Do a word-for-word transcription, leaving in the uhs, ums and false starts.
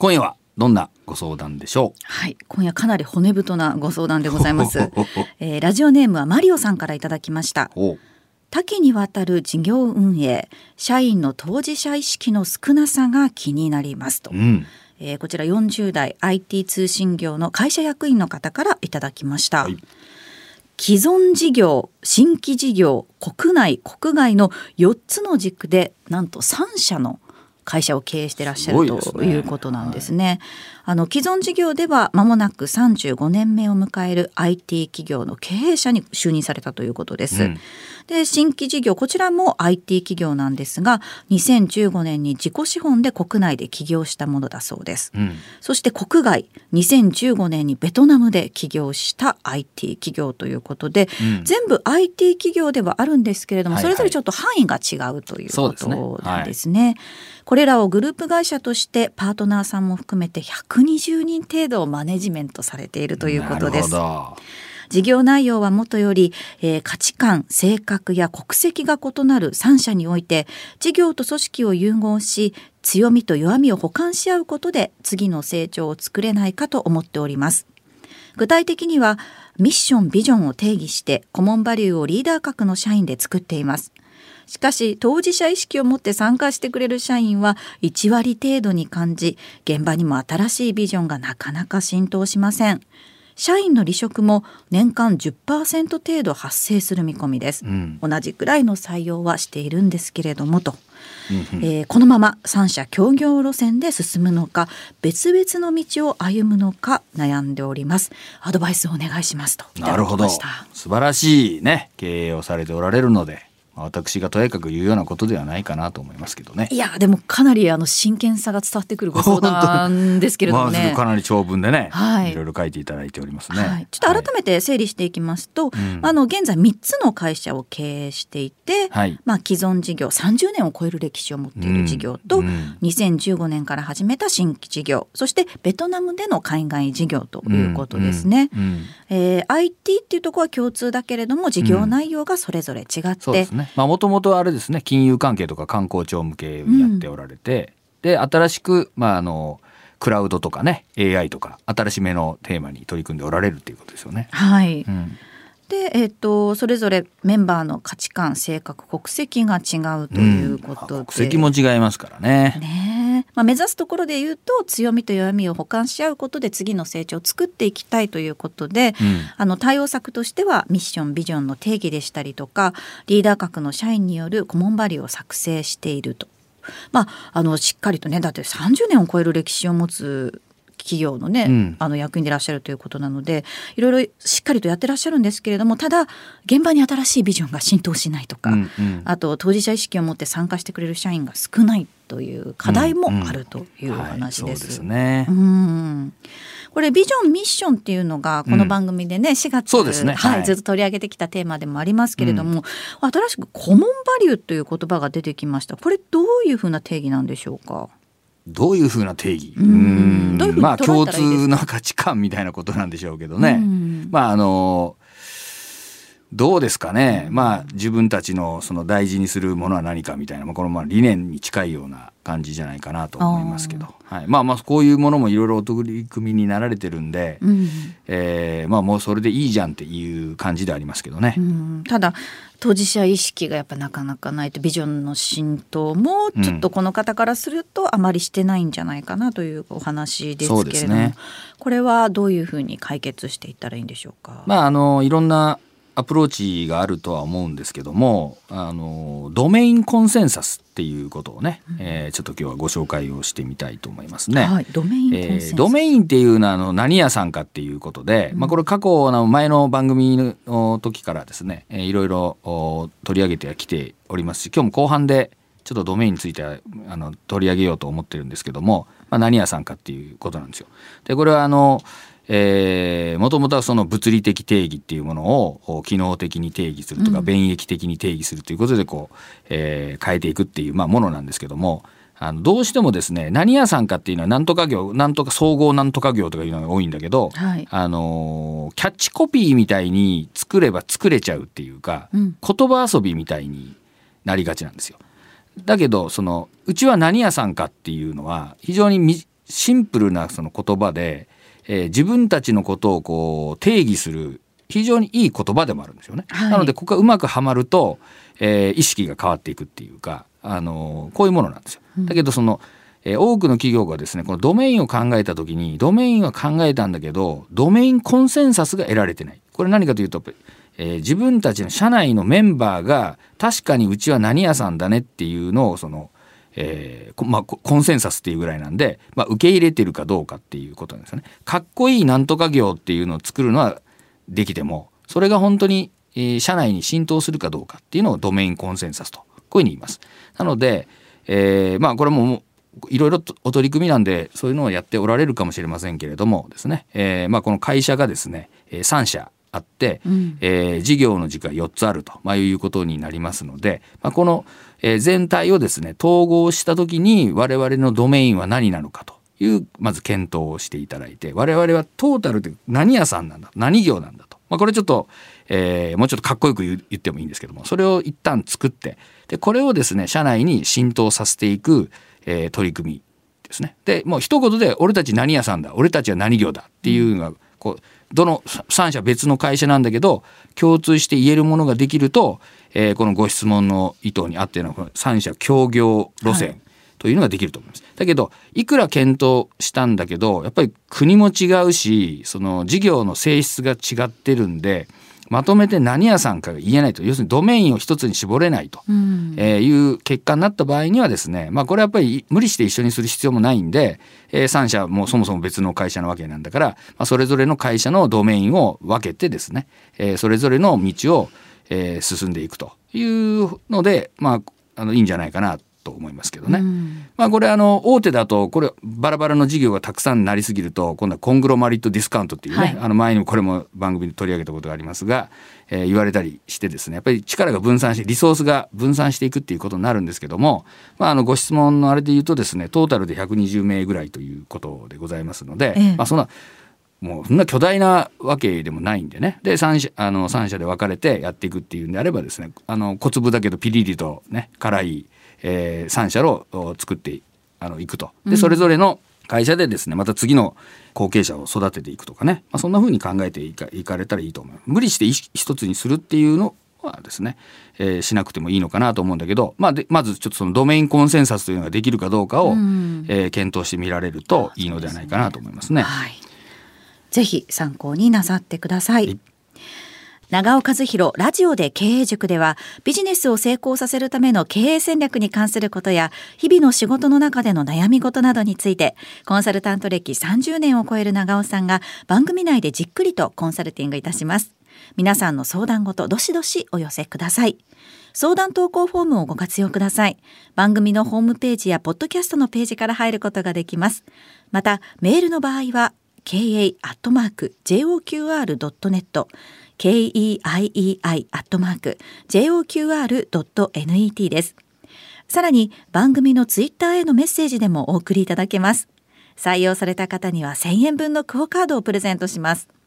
今夜はどんなご相談でしょう。 はい、今夜かなり骨太なご相談でございます、えー、ラジオネームはマリオさんからいただきました。多岐にわたる事業運営、社員の当事者意識の少なさが気になりますと、うんえー、こちらよんじゅう代 アイティー 通信業の会社役員の方からいただきました、はい、既存事業、新規事業、国内国外のよっつの軸でなんとさん社の会社を経営していらっしゃるということなんですね。あの既存事業では間もなくさんじゅうごねんめを迎える アイティー 企業の経営者に就任されたということです、うん、で新規事業、こちらも アイティー 企業なんですがにせんじゅうごねんに自己資本で国内で起業したものだそうです、うん、そして国外にせんじゅうごねんにベトナムで起業した アイティー 企業ということで、うん、全部 アイティー 企業ではあるんですけれども、はいはい、それぞれちょっと範囲が違うということなんですね、はい、これらをグループ会社としてパートナーさんも含めてひゃくにじゅうにん程度をマネジメントされているということです。事業内容はもとより、えー、価値観、性格や国籍が異なるさん社において事業と組織を融合し、強みと弱みを補完し合うことで次の成長を作れないかと思っております。具体的にはミッション、ビジョンを定義してコモンバリューをリーダー格の社員で作っています。しかし当事者意識を持って参加してくれる社員はいち割程度に感じ、現場にも新しいビジョンがなかなか浸透しません。社員の離職も年間 じゅっパーセント 程度発生する見込みです、うん、同じくらいの採用はしているんですけれどもと、うんうんえー、このままさん社協業路線で進むのか別々の道を歩むのか悩んでおります。アドバイスをお願いしますといただきました。 なるほど、素晴らしい、ね、経営をされておられるので私がとやかく言うようなことではないかなと思いますけどね。 いやでもかなりあの真剣さが伝わってくるご相談ですけれどもね、 まあ、かなり長文でね、はい、いろいろ書いていただいておりますね、はい、 ちょっと改めて整理していきますと、はい、あの現在みっつの会社を経営していて、はいまあ、既存事業さんじゅうねんを超える歴史を持っている事業と、うん、にせんじゅうごねんから始めた新規事業、そしてベトナムでの海外事業ということですね、うんうんえー、アイティー っていうところは共通だけれども事業内容がそれぞれ違って、うん、そうですね、 まあ、もともとあれですね、金融関係とか観光庁向けにやっておられて、うん、で新しく、まあ、あのクラウドとかね エーアイ とか新しめのテーマに取り組んでおられるっていうことですよね。 はい、うんでえー、とそれぞれメンバーの価値観、性格、国籍が違うということで、うん、 国籍も違いますからね。 ねまあ、目指すところで言うと強みと弱みを補完し合うことで次の成長を作っていきたいということで、うん、あの対応策としてはミッション、ビジョンの定義でしたりとかリーダー格の社員によるコモンバリューを作成していると、まあ、あのしっかりとね、だってさんじゅうねんを超える歴史を持つ企業のね、うん、あの役員でいらっしゃるということなのでいろいろしっかりとやってらっしゃるんですけれども、ただ現場に新しいビジョンが浸透しないとか、うんうん、あと当事者意識を持って参加してくれる社員が少ないという課題もあるというお話です。 そうですね。 うん、これビジョン、ミッションっていうのがこの番組でね、うん、しがつ、 そうですね、 はいはい、ずっと取り上げてきたテーマでもありますけれども、うん、新しくコモンバリューという言葉が出てきました。これどういうふうな定義なんでしょうか。 どういうふうな定義、うーんどういうふうに捉えたらいいですか。まあ共通な価値観みたいなことなんでしょうけどね、うんまああのどうですかね、まあ自分たちのその大事にするものは何かみたいな、まあ、このまあ理念に近いような感じじゃないかなと思いますけど、はい、まあまあこういうものもいろいろお取り組みになられてるんで、うんえー、まあもうそれでいいじゃんっていう感じでありますけどね、うん、 ただ当事者意識がやっぱなかなかないと、ビジョンの浸透もちょっとこの方からするとあまりしてないんじゃないかなというお話ですけれども、そうですね、これはどういうふうに解決していったらいいんでしょうか。 まああのいろんなアプローチがあるとは思うんですけども、あのドメインコンセンサスっていうことをね、うんえー、ちょっと今日はご紹介をしてみたいと思いますね、 はい、ドメインコンセンサス、 えー、ドメインっていうのはあの何屋さんかっていうことで、うんまあ、これ過去の前の番組の時からですね、えー、いろいろ取り上げてはきておりますし、今日も後半でちょっとドメインについてはあの取り上げようと思ってるんですけども、まあ、何屋さんかっていうことなんですよ。でこれはあのえー、もともとはその物理的定義っていうものを機能的に定義するとか、うん、弁益的に定義するということでこう、えー、変えていくっていう、まあ、ものなんですけども、あのどうしてもですね、何屋さんかっていうのはなんとか業、なんとか総合なんとか業とかいうのが多いんだけど、はい、あのー、キャッチコピーみたいに作れば作れちゃうっていうか、うん、言葉遊びみたいになりがちなんですよ。だけどそのうちは何屋さんかっていうのは非常にシンプルなその言葉で、えー、自分たちのことをこう定義する非常にいい言葉でもあるんですよね、はい、なのでここがうまくはまると、えー、意識が変わっていくっていうか、あのー、こういうものなんですよ。だけどその、えー、多くの企業がですねこのドメインを考えた時にドメインは考えたんだけどドメインコンセンサスが得られてない。これ何かというと、えー、自分たちの社内のメンバーが確かにうちは何屋さんだねっていうのをそのえーまあ、コンセンサスっていうぐらいなんで、まあ、受け入れてるかどうかっていうことなんですよね。かっこいいなんとか業っていうのを作るのはできてもそれが本当に、えー、社内に浸透するかどうかっていうのをドメインコンセンサスとこういうふうに言います。なので、えー、まあこれもいろいろお取り組みなんでそういうのをやっておられるかもしれませんけれどもですね、えーまあ、この会社がですねさん社あって、うんえー、事業の軸がよっつあると、まあ、いうことになりますので、まあ、この、えー、全体をですね統合した時に我々のドメインは何なのかというまず検討をしていただいて、我々はトータルで何屋さんなんだ何業なんだと、まあ、これちょっと、えー、もうちょっとかっこよく言ってもいいんですけどもそれを一旦作ってでこれをですね社内に浸透させていく、えー、取り組みですね。でもう一言で俺たち何屋さんだ俺たちは何業だっていうのがこうどのさん社別の会社なんだけど共通して言えるものができると、えー、このご質問の意図にあってのこのさん社協業路線というのができると思います、はい、だけどいくら検討したんだけどやっぱり国も違うしその事業の性質が違ってるんでまとめて何屋さんかが言えないと要するにドメインを一つに絞れないと、うんえー、いう結果になった場合にはですね、まあ、これはやっぱり無理して一緒にする必要もないんで、えー、さん社もそもそも別の会社なわけなんだから、まあ、それぞれの会社のドメインを分けてですね、えー、それぞれの道を、えー、進んでいくというので、まあ、あのいいんじゃないかなと思いますけどね、うんまあ、これあの大手だとこれバラバラの事業がたくさんなりすぎると今度はコングロマリットディスカウントっていうね、はい、あの前にもこれも番組で取り上げたことがありますが、えー、言われたりしてですねやっぱり力が分散してリソースが分散していくっていうことになるんですけども、まあ、あのご質問のあれで言うとですねトータルでひゃくにじゅうめいぐらいということでございますので、ええまあ、そんなもうそんな巨大なわけでもないんでねで 3, 社あのさん社で分かれてやっていくっていうんであればですねあの小粒だけどピリリとね辛いえー、さん社を作っていくとでそれぞれの会社でですねまた次の後継者を育てていくとかね、まあ、そんな風に考えてい か, いかれたらいいと思います。無理して一つにするっていうのはですね、えー、しなくてもいいのかなと思うんだけど、まあ、でまずちょっとそのドメインコンセンサスというのができるかどうかを、うんえー、検討してみられるといいのではないかなと思いますね。はい、 ぜひ参考になさってください。はい長尾和弘ラジオで経営塾ではビジネスを成功させるための経営戦略に関することや日々の仕事の中での悩み事などについてコンサルタント歴さんじゅうねんを超える長尾さんが番組内でじっくりとコンサルティングいたします。皆さんの相談事どしどしお寄せください。相談投稿フォームをご活用ください。番組のホームページやポッドキャストのページから入ることができます。またメールの場合は ケーエー アットマーク ジェイオーキューアール ドットネットケーイーアイイーアイ アットマーク ジェイオーキューアール ドットネット です。さらに番組のツイッターへのメッセージでもお送りいただけます。採用された方にはせんえんぶんのクオカードをプレゼントします。